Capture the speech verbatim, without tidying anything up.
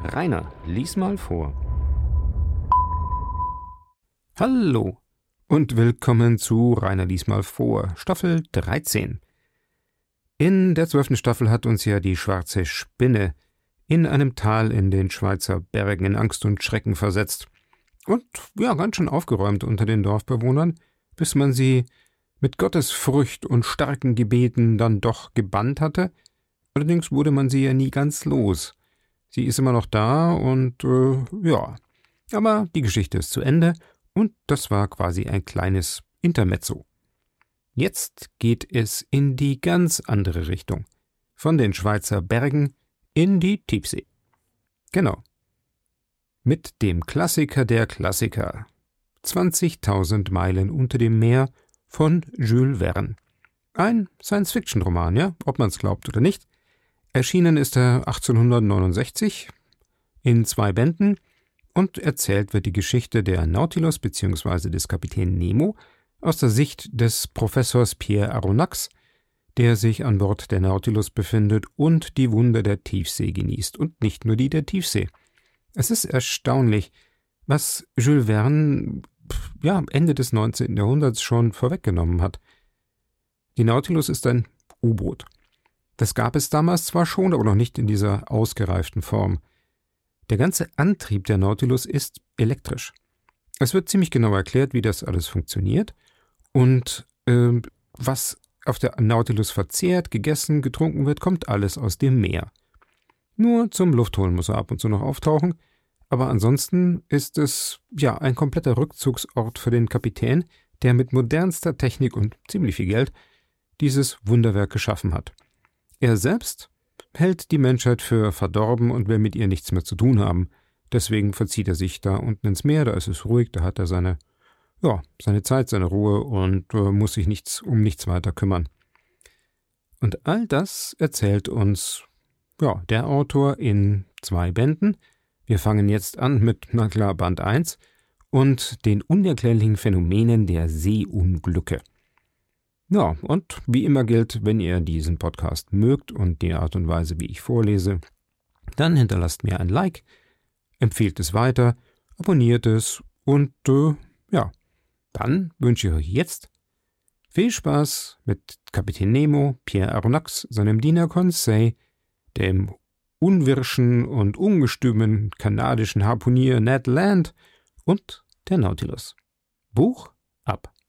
Rainer, lies mal vor. Hallo und willkommen zu Rainer lies mal vor, Staffel dreizehn. In der zwölften Staffel hat uns ja die schwarze Spinne in einem Tal in den Schweizer Bergen in Angst und Schrecken versetzt. Und ja, ganz schön aufgeräumt unter den Dorfbewohnern, bis man sie mit Gottesfurcht und starken Gebeten dann doch gebannt hatte. Allerdings wurde man sie ja nie ganz los. Sie ist immer noch da und äh, ja, aber die Geschichte ist zu Ende und das war quasi ein kleines Intermezzo. Jetzt geht es in die ganz andere Richtung. Von den Schweizer Bergen in die Tiefsee. Genau. Mit dem Klassiker der Klassiker. zwanzigtausend Meilen unter dem Meer von Jules Verne. Ein Science-Fiction-Roman, ja, ob man es glaubt oder nicht. Erschienen ist er achtzehnhundertneunundsechzig in zwei Bänden und erzählt wird die Geschichte der Nautilus bzw. des Kapitän Nemo aus der Sicht des Professors Pierre Aronnax, der sich an Bord der Nautilus befindet und die Wunder der Tiefsee genießt und nicht nur die der Tiefsee. Es ist erstaunlich, was Jules Verne ja, Ende des neunzehnten Jahrhunderts schon vorweggenommen hat. Die Nautilus ist ein U-Boot. Das gab es damals zwar schon, aber noch nicht in dieser ausgereiften Form. Der ganze Antrieb der Nautilus ist elektrisch. Es wird ziemlich genau erklärt, wie das alles funktioniert und äh, was auf der Nautilus verzehrt, gegessen, getrunken wird, kommt alles aus dem Meer. Nur zum Luftholen muss er ab und zu noch auftauchen, aber ansonsten ist es ja ein kompletter Rückzugsort für den Kapitän, der mit modernster Technik und ziemlich viel Geld dieses Wunderwerk geschaffen hat. Er selbst hält die Menschheit für verdorben und will mit ihr nichts mehr zu tun haben. Deswegen verzieht er sich da unten ins Meer, da ist es ruhig, da hat er seine, ja, seine Zeit, seine Ruhe und äh, muss sich nichts um nichts weiter kümmern. Und all das erzählt uns ja, der Autor in zwei Bänden. Wir fangen jetzt an mit, na klar, Band eins und den unerklärlichen Phänomenen der Seeunglücke. Ja, und wie immer gilt, wenn ihr diesen Podcast mögt und die Art und Weise, wie ich vorlese, dann hinterlasst mir ein Like, empfehlt es weiter, abonniert es und äh, ja, dann wünsche ich euch jetzt viel Spaß mit Kapitän Nemo, Pierre Aronnax, seinem Diener Conseil, dem unwirschen und ungestümen kanadischen Harpunier Ned Land und der Nautilus. Buch ab!